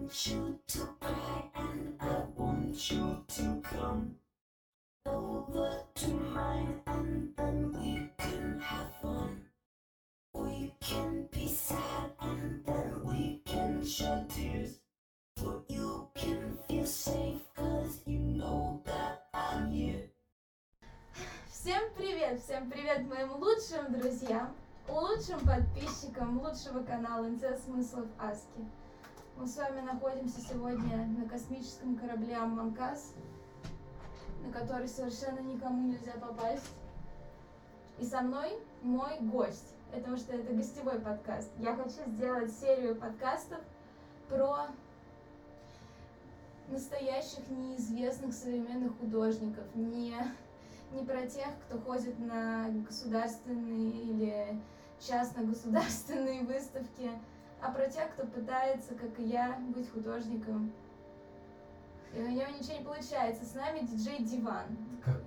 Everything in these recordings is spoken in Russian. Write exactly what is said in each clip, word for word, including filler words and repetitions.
want you to cry and I want you to come over to mine and then we can have fun. We can be sad and then we can shed tears, but you can feel safe cause you know that I'm here. Всем привет! Всем привет моим лучшим друзьям, лучшим подписчикам лучшего канала эн тэ Смыслов Аски. Мы с вами находимся сегодня на космическом корабле Аммонкас, на который совершенно никому нельзя попасть. И со мной мой гость, потому что это гостевой подкаст. Я хочу сделать серию подкастов про настоящих неизвестных современных художников, не, не про тех, кто ходит на государственные или частно-государственные выставки, а про тех, кто пытается, как и я, быть художником. И у него ничего не получается. С нами диджей Диван. Как?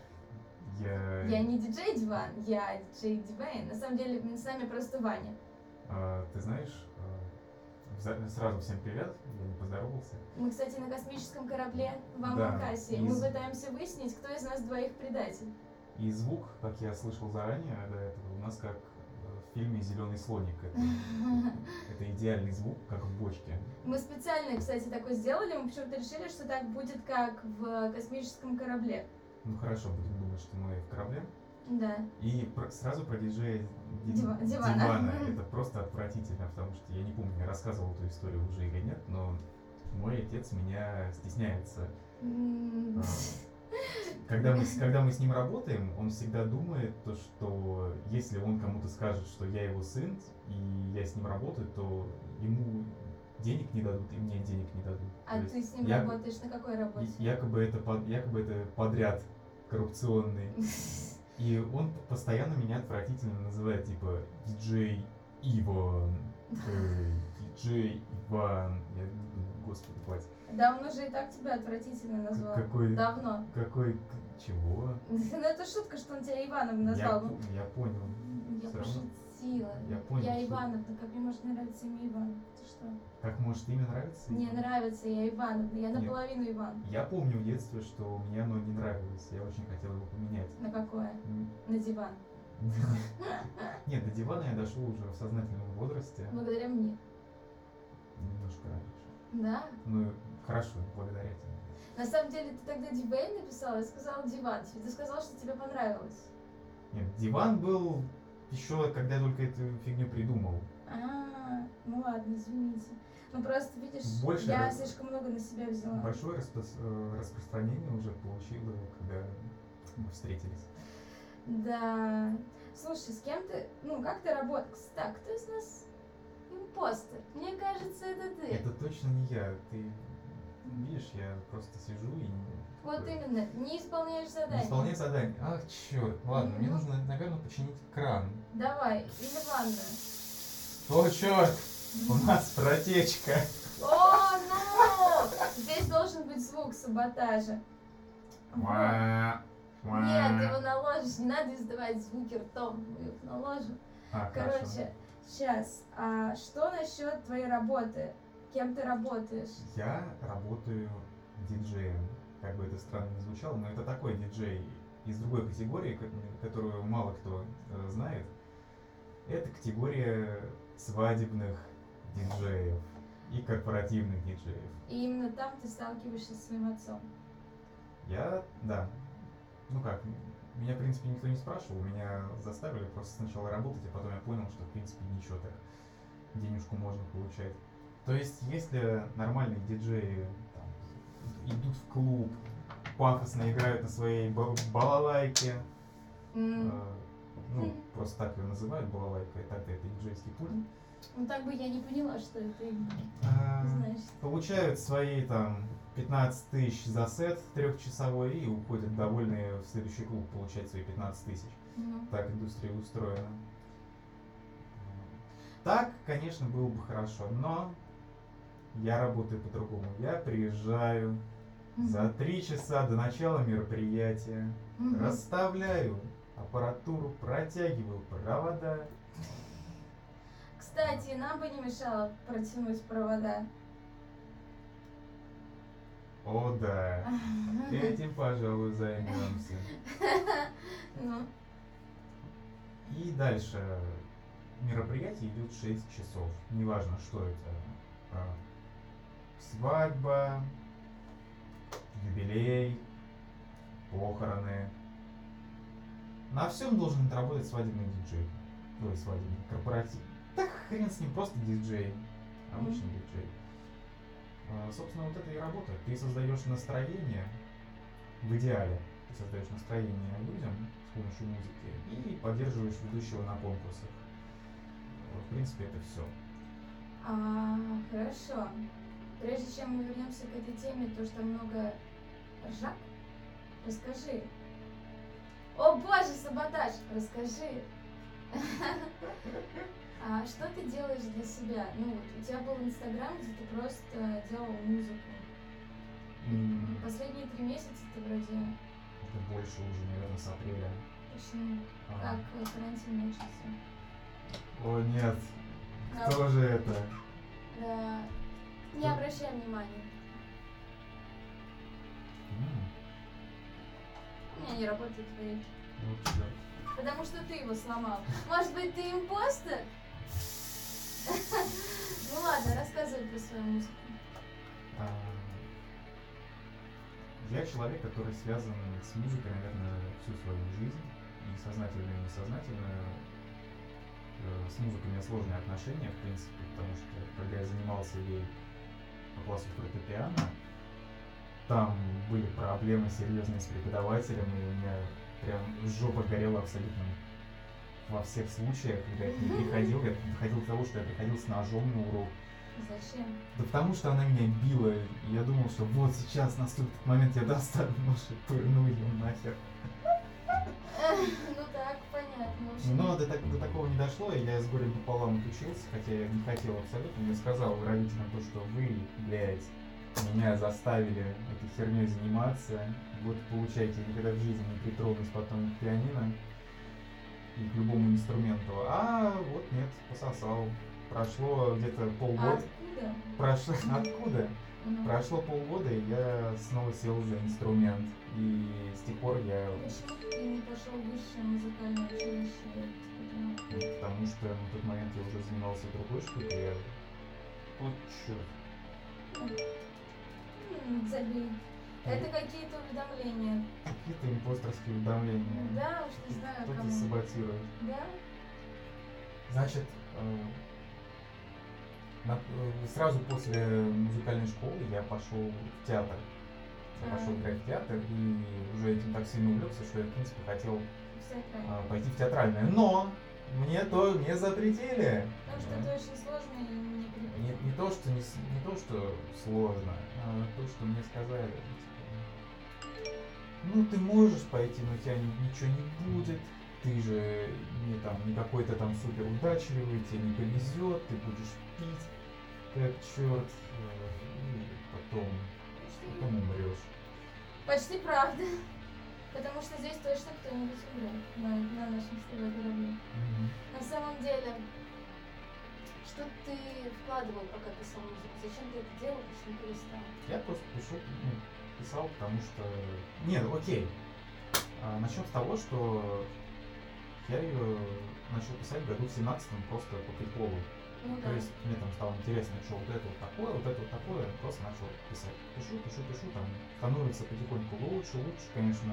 Я... Я не диджей Диван, я диджей Дивейн. На самом деле, с нами просто Ваня. А, ты знаешь, а, сразу всем привет, я не поздоровался. Мы, кстати, на космическом корабле в Да, Аммонкасе. И из- мы пытаемся выяснить, кто из нас двоих предатель. И звук, как я слышал заранее до этого, у нас как в фильме «Зеленый слоник». Это, это идеальный звук, как в бочке. Мы специально, кстати, такой сделали. Мы почему-то решили, что так будет, как в космическом корабле. Ну хорошо, будем думать, что мы в корабле. Да. И про- сразу про диджея Ди- Дива- Дивана. Дивана. Это просто отвратительно, потому что я не помню, я рассказывал эту историю уже или нет, но мой отец меня стесняется. М, А, Когда мы, с- когда мы с ним работаем, он всегда думает, то, что если он кому-то скажет, что я его сын, и я с ним работаю, то ему денег не дадут, и мне денег не дадут. А То есть ты с ним я- работаешь на какой работе? и- якобы, это, под- якобы это подряд коррупционный. И он постоянно меня отвратительно называет, типа, диджей Иван, э, диджей Иван. Я думаю, господи, хватит. Да, он уже и так тебя отвратительно назвал. Какой, Давно. какой, к- чего? Ну это шутка, что он тебя Иваном Я, назвал. по- я понял. Я всё равно. пошутила. Я понял, Я что- Ивановна, как мне может нравиться имя Иван? Ты что? Как может имя нравится? Мне нравится, я Ивановна, я Нет. наполовину Иван. Я помню в детстве, что мне оно не нравилось. Я очень хотел его поменять. На какое? М, На диван. Нет, до дивана я дошел уже в сознательном возрасте. Благодаря мне. Немножко раньше. Да? Ну, хорошо, благодаря тебе. На самом деле, ты тогда Дивейн написала, я сказала Диван. Ты сказал, что тебе понравилось. Нет, диван был еще, когда я только эту фигню придумал. А, ну ладно, извините. Ну просто, видишь, Больше я раз- слишком много на себя взяла. Большое распро- э, распространение уже получило, когда мы встретились. Да. Слушай, с кем ты, ну как ты работаешь? Так, кто из нас импостер? Мне кажется, это ты. Это точно не я. Ты видишь, я просто сижу и Вот такой, именно, не исполняешь не задание. исполняю задание. Ах, черт. Ладно, мне Мгм. нужно, наверное, починить кран. Давай, или ванную. О, черт! У нас протечка. О, ну! Здесь должен быть звук саботажа. Вот. Уа, уа. Нет, ты его наложишь, не надо издавать звуки ртом, мы их наложим. А, хорошо. Короче, сейчас, а что насчет твоей работы? Кем ты работаешь? Я работаю диджеем. Как бы это странно не звучало, но это такой диджей из другой категории, ко- которую мало кто э, знает. Это категория свадебных диджеев и корпоративных диджеев. И именно там ты сталкиваешься со своим отцом. Я, да, ну как, меня, в принципе, никто не спрашивал, меня заставили просто сначала работать, а потом я понял, что, в принципе, ничего так, денежку можно получать. То есть, если нормальные диджеи там, идут в клуб, пафосно играют на своей ба- балалайке, М, э, ну, просто так ее называют, балалайка, и так-то это диджейский пульт, Ну так бы я не поняла, что это именно. э, Знаешь. получают свои там пятнадцать тысяч за сет трехчасовой и уходят довольные в следующий клуб получать свои пятнадцать тысяч. Ну, Так индустрия устроена. Так, конечно, было бы хорошо, но я работаю по-другому. Я приезжаю за три часа до начала мероприятия, мгм. расставляю аппаратуру, протягиваю провода. Кстати, нам бы не мешало протянуть провода. О, да. Этим, пожалуй, займемся. Ну, И дальше мероприятие идет шесть часов. Неважно, что это. а, Свадьба, юбилей, похороны. На всем должен отработать свадебный диджей. Ой, свадебный, корпоратив. Да хрен с ним, просто диджей. Обычный Мгм. диджей. А, Собственно, вот это и работа. Ты создаешь настроение, в идеале, ты создаешь настроение людям с помощью музыки и поддерживаешь ведущего на конкурсах. Вот, в принципе, это все. а, хорошо. Прежде чем мы вернемся к этой теме, то, что много ржак, расскажи. О боже, саботаж, расскажи. А что ты делаешь для себя? Ну вот, у тебя был Инстаграм, где ты просто делал музыку. Последние три месяца ты вроде Это больше уже, наверное, с апреля. почему? А. Как э, карантин начался? О, нет. Да. Кто же это? Да. Не Кто? обращай внимания. М, У меня не работает твои. Вот чё. Потому что ты его сломал. Может быть, ты импостер? Ну ладно, рассказывай про свою музыку. А, Я человек, который связан с музыкой, наверное, всю свою жизнь, и сознательно, и несознательно. Э, С музыкой у меня сложные отношения, в принципе, потому что когда я занимался ей по классу фортепиано, там были проблемы серьезные с преподавателем, и у меня прям жопа горела абсолютно во всех случаях, когда я к ней приходил. Я доходил до того, что я приходил с ножом на урок. Зачем? Да потому что она меня била, и я думал, что вот сейчас наступит этот момент, я достану нож и пырну ее нахер. Ну так, понятно. В общем, Но до, так- до такого не дошло, и я с горем пополам отучился, хотя я не хотел абсолютно. Я сказал родителям то, что вы, блядь, меня заставили этой херней заниматься. Вот получайте, никогда в жизни не притронусь потом к пианино и к любому инструменту. А вот нет, пососал. Прошло где-то а полгода. откуда? Прошло откуда? Ну, Прошло полгода, и я снова сел за инструмент. И с тех пор я... почему ты не пошел в высшее музыкальное училище? Я не поняла. Потому что на тот момент я уже занимался другой штукой. Я... Вот черт. М, Забей. Это какие-то уведомления. Какие-то импостерские уведомления. Да, уж не знаю, Кто-то кому. саботирует. Да? Значит, э, на- э, сразу после музыкальной школы я пошел в театр. Я А. пошел играть в театр и уже этим так сильно увлекся, что я, в принципе, хотел Все правильно. а, пойти в театральное. Но мне то не запретили. Потому что это очень сложно и не Не, перепутать. не то, что не, с- не то, что сложно, а то, что мне сказали. типа, ну, ты можешь пойти, но у тебя ни- ничего не будет. Ты же не там не какой-то там супер удачливый, тебе не повезет, ты будешь пить как черт, и потом, потом умрешь. Почти правда. Потому что здесь точно кто-нибудь умрет на, на нашем с тобой корабле. На самом деле, что ты вкладывал, пока писал музыку? Зачем ты это делал, почему перестал? Я просто пишу, ну, писал, потому что... Нет, окей. А, начнем с того, что я ее начал писать в году в семнадцатом просто по приколу. Ну То да. есть мне там стало интересно, что вот это вот такое, вот это вот такое, просто начал писать. Пишу, пишу, пишу, там становится потихоньку лучше, лучше, конечно.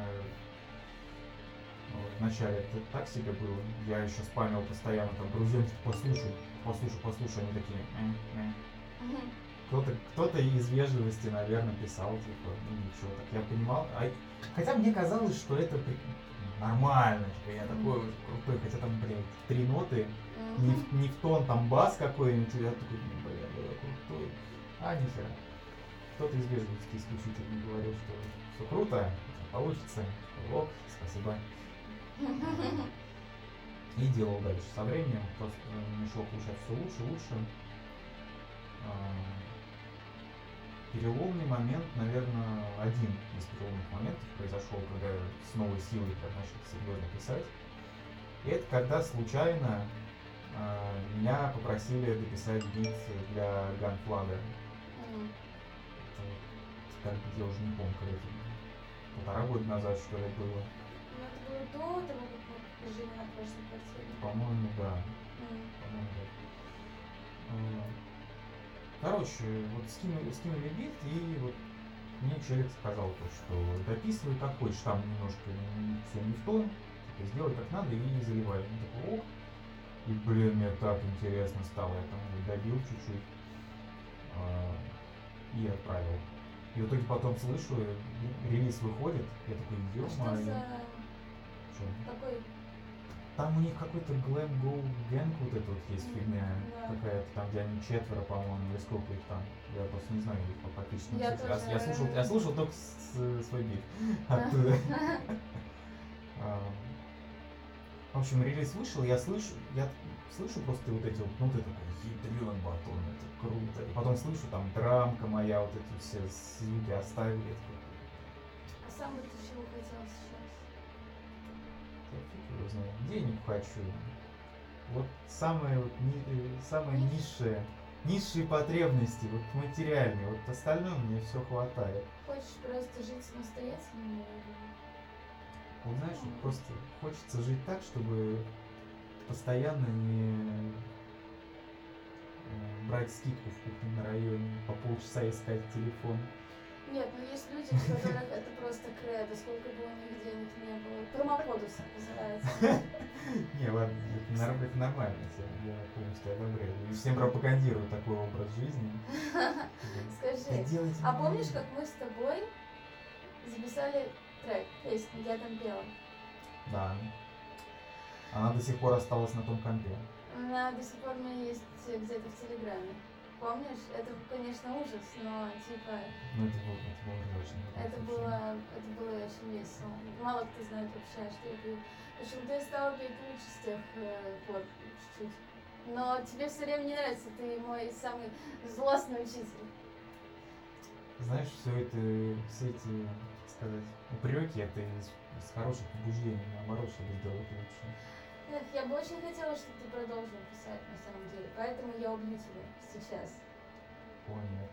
Вот, вначале это так себе было. Я еще спамил постоянно, там, друзьям, типа, послушай, послушай, послушай, они такие, «Э, э». Мгм. Кто-то, кто-то из вежливости, наверное, писал, типа, ну ничего, так я понимал. А, хотя мне казалось, что это при- нормально, типа, я такой вот крутой, хотя там, блядь, три ноты, не, в- не в тон, там бас какой-нибудь, я такой, ну, бля, бля, крутой. А, нихера. Кто-то из вежливости исключительно говорил, что все круто, получится. Ок, спасибо. И делал дальше. Со временем просто начало получаться все лучше, лучше. А, Переломный момент, наверное, один из переломных моментов произошел, когда я с новой силой прям начал серьезно писать. И это когда случайно а, меня попросили дописать бит для Gunflagger. Мгм. так, я уже не помню, когда это полтора года назад, что ли, было. Ну, это было до того, как мы жили на прошлой квартире. По-моему, да. М. По-моему, да. Вот. Короче, вот скинули, скинули бит, и вот мне человек сказал то, что дописывай как хочешь, там немножко все не в тон, типа сделай как надо и заливай. Я такой, ок. И, блин, мне так интересно стало, я там добил чуть-чуть а, и отправил. И в итоге потом слышу, релиз выходит, я такой, А что ё-моё. за Чё? такой? Там у них какой-то Glam Go Gang вот это вот есть фигня Да. какая-то, там где они четверо, по-моему, или сколько их там. Я просто не знаю их по подписчикам. Я я, тоже. я слушал, я слушал только с- с- свой бит Да. оттуда. А, В общем, релиз вышел, я слышу, я слышу просто вот эти вот, ну ты такой, ядрён батон, это круто. И потом слышу там драмка моя, вот эти все звуки оставили. Я такой, А сам бы ты чего хотел сейчас? да фиг его знает, денег хочу. Вот самые вот ни- э, самые Ниш- низшие, низшие потребности, вот материальные, вот остальное мне все хватает. Хочешь просто жить самостоятельно? или- Вот знаешь, вот просто хочется жить так, чтобы постоянно не э, брать скидку в кухне на районе, по полчаса искать телефон. Нет, ну есть люди, у которых это просто кредо, сколько бы у них денег не было. Промокодус называется. Не, ладно, это, нор- это нормально, я я полностью одобряю. И всем пропагандирую такой образ жизни. Да Скажи, делайте а мне помнишь, мило. как мы с тобой записали трек, песню, я там пела? Да. Она до сих пор осталась на том компе. Она до сих пор у меня есть где-то в Телеграме. Помнишь? Это, конечно, ужас, но типа Ну это было, это было очень. это было, это было очень весело. Мало кто знает вообще, что я пью. В общем, ты стала петь лучше с тех э, пор чуть-чуть. Но тебе все время не нравится, ты мой самый злостный учитель. Знаешь, все это, все эти, так сказать, упреки, это из, из хороших побуждений, наоборот, чтобы сделать лучше. Эх, я бы очень хотела, чтобы ты продолжил писать на самом деле, поэтому я убью тебя сейчас. О, нет.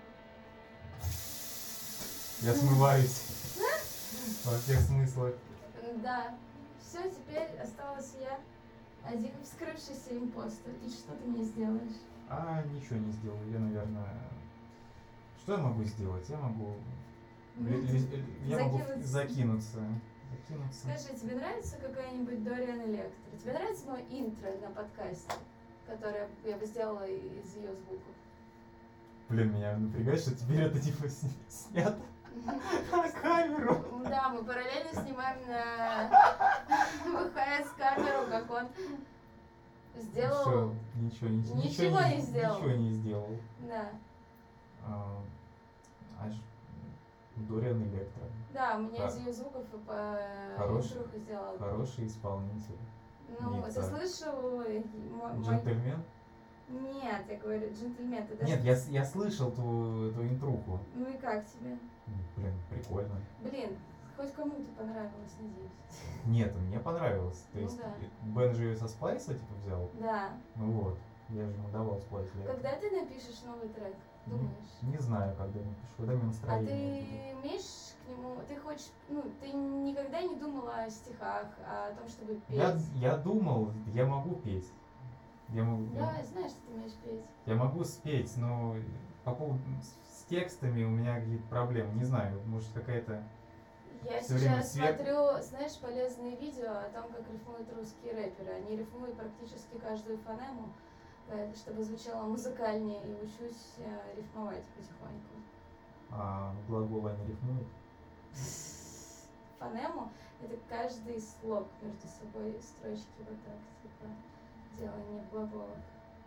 Я смываюсь во всех смыслах. Да, все, теперь осталась я, один вскрывшийся импостер. И что ты мне сделаешь? А ничего не сделаю. Я, наверное... Что я могу сделать? Я могу... ли- ли- Я могу Закинуться. закинуться. Закинуться. Скажи, тебе нравится какая-нибудь Дориан Электро? Тебе нравится мое интро на подкасте, которое я бы сделала из ее звуков? Блин, меня напрягает, что теперь это типа сни- снято на камеру. Да, мы параллельно снимаем на вэ ха эс камеру, как он сделал. Всё, ничего, не, Ничего не сделал. Ничего не сделал. Да. А, аж Дориан Электро. Да, у меня Да. из ее звуков и по Хороший. интруху сделала. Хороший исполнитель. Ну, Микса. ты слышал э, мо- мой- Джентльмен? Нет, я говорю, джентльмен, ты даже... Нет, я, с- я слышал ту, ту интруху. Ну и как тебе? М, Блин, прикольно. Блин, хоть кому-то понравилось, надеюсь. Нет, мне понравилось. То Ну есть да. Бен же ее со сплайса типа взял. Да. Ну вот. Я же ему давал сплайс для этого. Когда ты напишешь новый трек, думаешь? Не знаю, когда я напишу, когда мне А настроение ты будет. умеешь к нему, ты хочешь, ну, ты никогда не думала о стихах, а о том, чтобы петь? Я, я думал, я могу петь. Я могу, Я знаю, что ты умеешь петь. я могу спеть, но по поводу с, с текстами у меня какие-то проблемы. Не знаю, может какая-то... Я Всё время сейчас свет- смотрю, знаешь, полезные видео о том, как рифмуют русские рэперы. Они рифмуют практически каждую фонему, э, чтобы звучало музыкальнее, и учусь э, рифмовать потихоньку. А глаголы они рифмуют. Фонему — это каждый слог между собой, строчки вот так, типа, делание глаголов.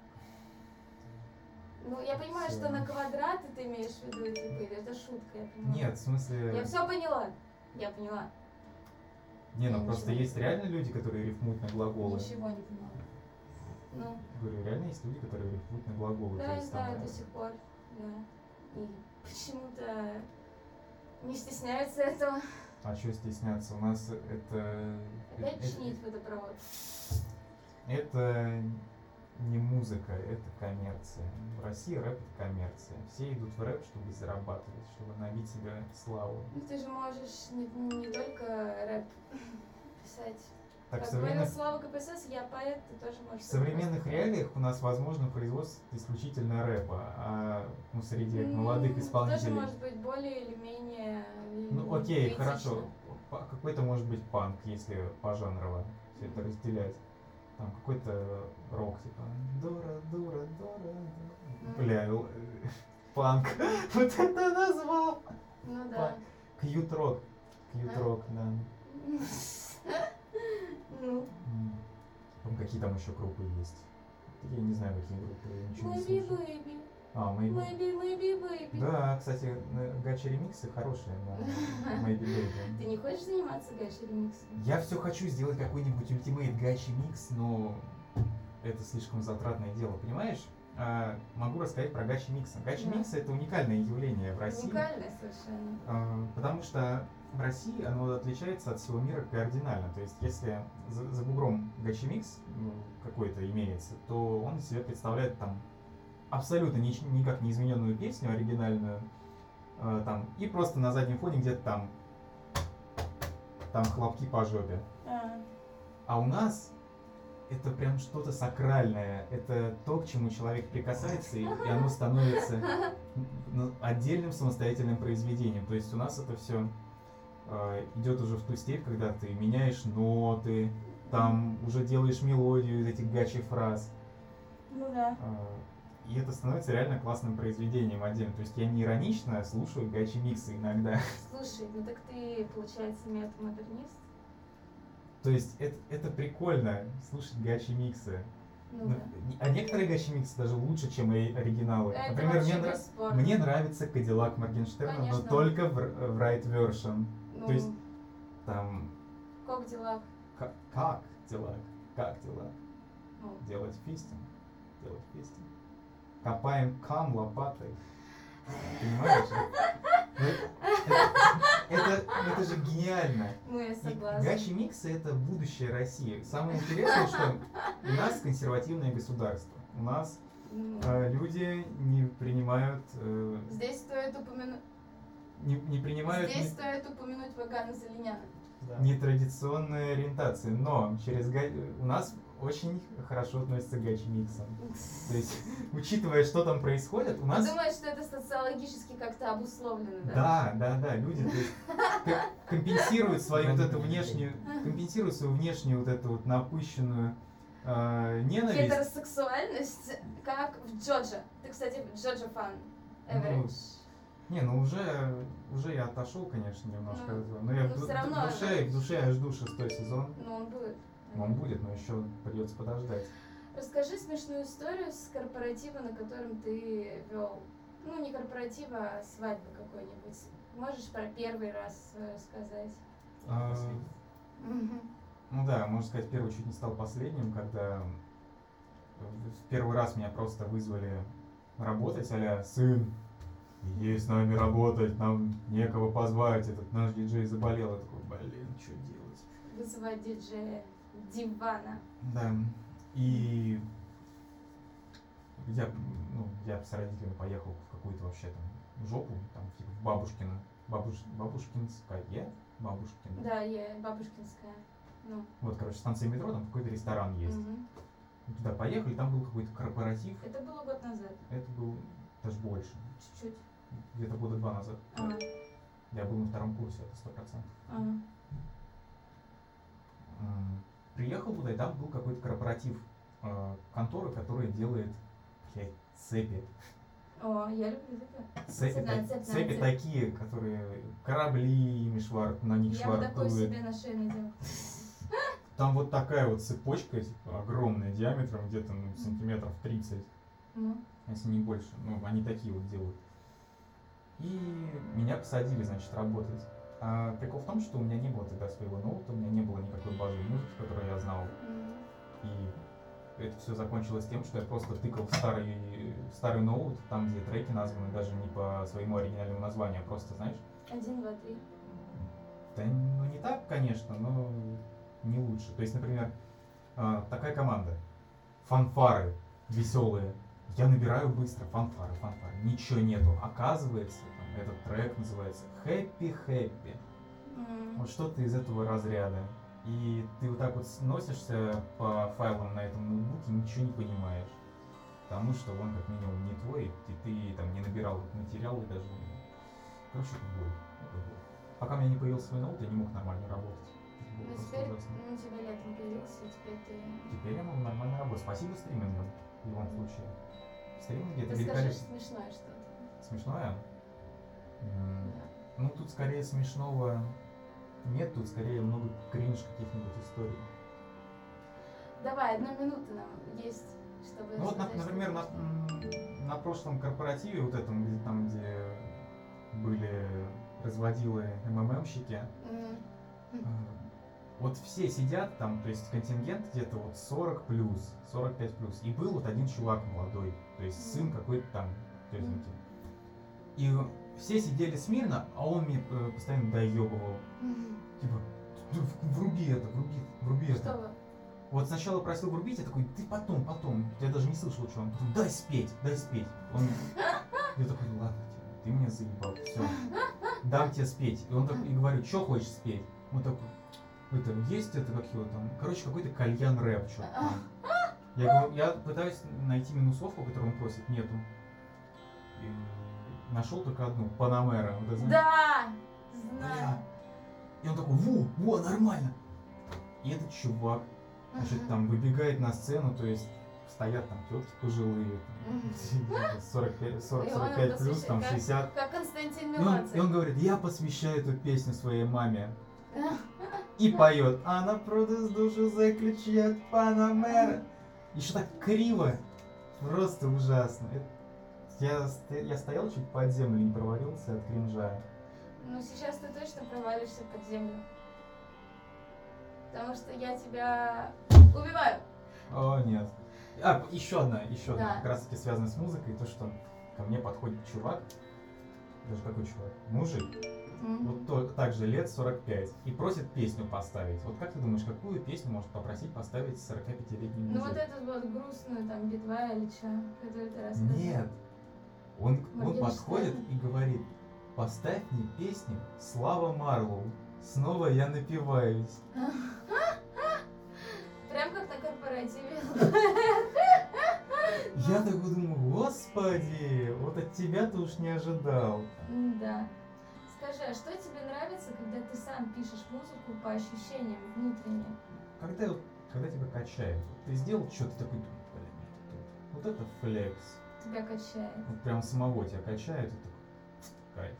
Ну, я понимаю, Всё. что на квадраты ты имеешь в виду, типа, или это шутка, я понимаю. Нет, в смысле... Я все поняла. Я поняла. Не, ну я просто ничего. есть реально люди, которые рифмуют на глаголы. Ничего не поняла. Ну, Говорю, реально есть люди, которые рифмуют на глаголы. да, то я есть знаю там, до э, сих пор. Да. И почему-то не стесняются этого. А что стесняться? У нас это... Опять это, чинить водопровод. это не музыка, это коммерция. В России рэп это коммерция. Все идут в рэп, чтобы зарабатывать, чтобы набить себе славу. Ну ты же можешь не, не только рэп писать. Так, в Как говорил современных, Слава КПСС, я поэт, ты тоже можешь. в современных реалиях у нас возможно производство исключительно рэпа, а ну, среди М, молодых Тоже исполнителей. может быть более или менее. Ну м, окей, поэтично. хорошо. П- Какой-то может быть панк, если пожанрово все это разделять. Там какой-то рок, типа дура, дура, дура, дура. М. Бля, л- э, панк. Вот это назвал. Ну да. Кьют-рок. Кьют-рок, да. Ну. М. Там какие там еще группы есть? Я не знаю, какие группы, я ничего не Maybe, слышу. baby. А, Maybe. Maybe, maybe, baby. Да, кстати, на- гача ремиксы хорошие на Maybe Baby. Ты не хочешь заниматься гаши ремиксом? Я все хочу сделать какой-нибудь ультимейт гачи микс, но это слишком затратное дело, понимаешь? А, могу рассказать про гачи миксы. Гачи Да. миксы это уникальное явление в России, Уникальное совершенно. а, потому что в России оно отличается от всего мира кардинально. То есть, если за, за бугром гачи микс ну, какой-то имеется, то он из себя представляет там абсолютно ни- никак не измененную песню оригинальную, а, там и просто на заднем фоне где-то там там хлопки по жопе. А, А у нас это прям что-то сакральное. Это то, к чему человек прикасается, и, и оно становится ну, отдельным самостоятельным произведением. То есть у нас это все идет уже в ту степь, когда ты меняешь ноты, там уже делаешь мелодию из этих гачи фраз. Ну да. А, И это становится реально классным произведением отдельно. То есть я не иронично слушаю гачи миксы иногда. Слушай, ну так ты, получается, метамодернист? То есть это, это прикольно слушать гачи миксы. Ну Ну, да. не- А некоторые гачи миксы даже лучше, чем и оригиналы. Это Например, вообще мне, нра- бесспорно. мне нравится Кадиллак Моргенштерна, но Конечно. только в, р- в right version. Ну, То есть там как дела? ка- как дела, как дела, Ну, делать фистинг, делать фистинг. Копаем кам лопатой. Понимаешь? Ну, Это, это, это же гениально. ну, я И согласна. гачи миксы это будущее России. Самое интересное, что у нас консервативное государство. У нас Ну, э, люди не принимают, э, Здесь стоит упомянуть. не, не принимают Здесь не- стоит упомянуть Вагана Залиняна. нетрадиционные ориентации. Но через га- у нас очень хорошо относятся к гачи миксам. То есть, учитывая, что там происходит, у Ты нас думаешь, что это социологически как-то обусловлено, да? да, да, да, люди то есть, к- компенсируют свою вот эту внешнюю, компенсируют свою внешнюю вот эту вот напыщенную э, ненависть. Гетеросексуальность, как в Джоджо. Ты, кстати, Джоджо фан. Ну, Average. Не, ну уже, уже я отошел, конечно, немножко Ну, от этого. Но я ну, в, ду- всё равно в душе, в душе я жду шестой сезон. Ну, он будет. Он будет, но еще придется подождать. Расскажи смешную историю с корпоратива, на котором ты вел. Ну, не корпоратива, а свадьбы какой-нибудь. Можешь про первый раз э, рассказать? А, Мгм. ну да, можно сказать, первый чуть не стал последним, когда в в первый раз меня просто вызвали работать, а-ля «Сын, ей с нами работать, нам некого позвать, этот наш диджей заболел». Я такой, блин, что делать? Вызывать диджея Дивана. Да, и я, ну, я с родителями поехал в какую-то вообще там жопу, там типа в Бабушкино, Бабуш, Бабушкинская, Бабушкино. Да, я бабушкинская. Ну. Вот, короче, станция метро, там какой-то ресторан есть. Мгм. Мы туда поехали, там был какой-то корпоратив, Это было год назад. это был даже больше, Чуть-чуть. где-то года два назад. Ага. Я был на втором курсе, это сто процентов. Ага. М, Приехал туда, и там был какой-то корпоратив э, конторы, которая делает, блядь, цепи. О, я люблю это. Цепи, Цепь на та- цепь на цепи цепь. такие, которые корабли ими швар, на них Я бы такой швартуют. себе на шею надела. Там вот такая вот цепочка, типа, огромная, диаметром где-то ну, сантиметров тридцать, Ну. если не больше. Ну, они такие вот делают. И меня посадили, значит, работать. А прикол в том, что у меня не было тогда своего ноута, у меня не было никакой базовой музыки, которую я знал. М. И это все закончилось тем, что я просто тыкал в старый, в старый ноут, там, где треки названы даже не по своему оригинальному названию, а просто, знаешь, Один, два, три. да ну не так, конечно, но не лучше. То есть, например, а, такая команда. Фанфары. веселые. Я набираю быстро фанфары, фанфары. Ничего нету. Оказывается, там, этот трек называется Happy Happy. М. Вот что-то из этого разряда. И ты вот так вот носишься по файлам на этом ноутбуке, ничего не понимаешь. Потому что он как минимум не твой, и ты там не набирал этот материал и даже... Короче, это боль. Это боль. Пока у меня не появился свой ноут, я не мог нормально работать. Это было Ну просто теперь ужасно. ну, у тебя летом появился, и теперь ты... Теперь я могу нормально работать. Спасибо стримингам в любом случае. Стриминги это Ты скажи великолепно. смешное что-то. Смешное? М, Да. Ну тут скорее смешного нет, тут скорее много кринж каких-нибудь историй. Давай, одну минуту нам есть, чтобы Ну вот, на- сказать, например, на, что м, на прошлом корпоративе, вот этом, где, там, где были разводилы МММщики, М. э, вот все сидят там, то есть контингент где-то вот сорок плюс, сорок пять плюс. И был вот один чувак молодой, то есть сын какой-то там тетеньки. И все сидели смирно, а он мне э, постоянно доебывал. М. Типа, «Ты в- вруби это, вруби, вруби это. Что вы? Вот сначала просил врубить, я такой, ты потом, потом. Я даже не слышал, что он. Потом, дай спеть, дай спеть. Он... Я такой, ладно, ты меня заебал, все. Дам тебе спеть. И он так и говорю, что хочешь спеть? Он такой, это, есть это, как его там, короче, какой-то кальян рэп, что-то там. Я, говорю, я пытаюсь найти минусовку, которую он просит, нету. И нашел только одну, Панамера. Вот это, знаешь? Да! Бля. Знаю. И он такой, во, во, нормально. И этот чувак, значит, там выбегает на сцену, то есть стоят там тетки пожилые, там, сорок пять, сорок, И он сорок им пять плюс, посвящает, там как- шестьдесят. Как Константин И он, Меладзе. и он говорит, я посвящаю эту песню своей маме. И поет, она продаст душу за ключи от Панамера. Еще так криво, просто ужасно. Это- Я, сто- я стоял чуть под землю, не провалился от кринжа. Ну, сейчас ты точно провалишься под землю. Потому что я тебя убиваю. О, нет. А, еще одна, еще одна, Да. как раз таки связанная с музыкой, то, что ко мне подходит чувак, даже какой чувак, мужик, М. вот то, также лет сорок пять, и просит песню поставить. Вот как ты думаешь, какую песню может попросить поставить сорокапятилетний мужик? Ну, вот эту вот грустную, там, битва или что, которую ты рассказывал. Нет. Он, он Моргенштерн. подходит и говорит, поставь мне песню Слава Марлоу, снова я напиваюсь. Прям как на корпоративе. Я так думаю, господи, вот от тебя-то уж не ожидал. Да. Скажи, а что тебе нравится, когда ты сам пишешь музыку по ощущениям внутренним? Когда, вот- когда тебя качает, вот ты сделал что-то такой, думаю, блин, это тут. Вот это флекс. Тебя качает? Вот прям самого тебя качает, и такой, кайф.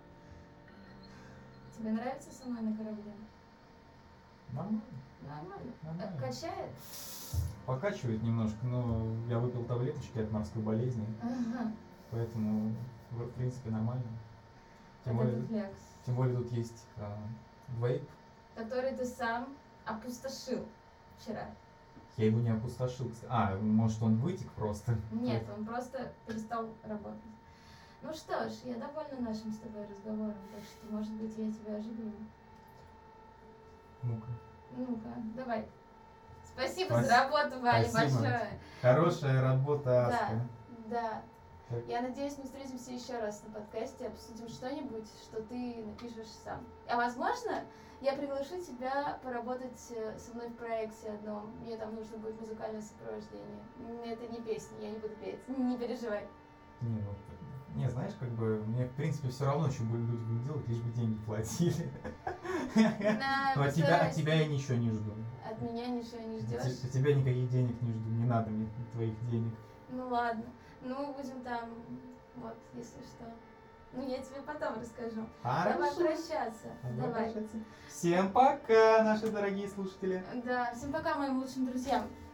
Тебе нравится со мной на корабле? Нормально, Нормально. А нормально. Качает? Покачивает немножко, но я выпил таблеточки от морской болезни, Ага. поэтому, в в принципе, нормально. Тем Это более, флекс. тем более тут есть а, вейп. Который ты сам опустошил вчера. Я его не опустошил. кстати. А, может он вытек просто? Нет, он просто перестал работать. Ну что ж, я довольна нашим с тобой разговором, так что, может быть, я тебя оживлю. Ну-ка. Ну-ка, давай. Спасибо Спас- за работу, Ваня, спасибо. большое. Хорошая работа, Аска. Да, да. Так. Я надеюсь, мы встретимся еще раз на подкасте, обсудим что-нибудь, что ты напишешь сам. А возможно, я приглашу тебя поработать э, со мной в проекте одном. Мне там нужно будет музыкальное сопровождение. М, Это не песня, я не буду петь. Не переживай. Не, ну, не, знаешь, как бы, мне, в принципе, все равно, что будут люди будут делать, лишь бы деньги платили. На Но от тебя, от постараюсь. тебя я ничего не жду. От меня ничего не От ждешь? от тебя никаких денег не жду, не надо мне твоих денег. Ну ладно. Ну, будем там, вот, если что. Ну, я тебе потом расскажу. Давай Хорошо. прощаться. Давай Давай. прощаться. Всем пока, наши дорогие слушатели. Да, всем пока, моим лучшим друзьям.